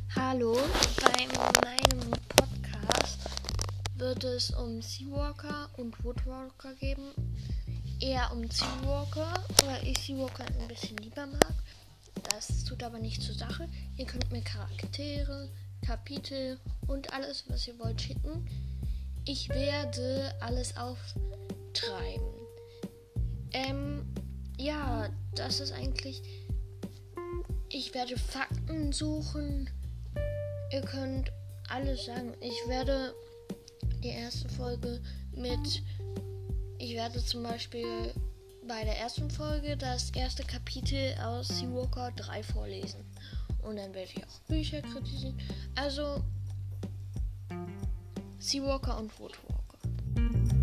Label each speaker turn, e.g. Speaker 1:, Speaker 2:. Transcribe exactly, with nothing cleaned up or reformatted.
Speaker 1: Hallo, bei meinem Podcast wird es um Seawalker und Woodwalker geben. Eher um Seawalker, weil ich Seawalker ein bisschen lieber mag. Das tut aber nicht zur Sache. Ihr könnt mir Charaktere, Kapitel und alles, was ihr wollt, schicken. Ich werde alles auftreiben. Ähm, ja, das ist eigentlich... Ich werde Fakten suchen. Ihr könnt alles sagen. Ich werde die erste Folge mit... Ich werde zum Beispiel bei der ersten Folge das erste Kapitel aus Seawalker drei vorlesen. Und dann werde ich auch Bücher kritisieren. Also Seawalker und Woodwalker.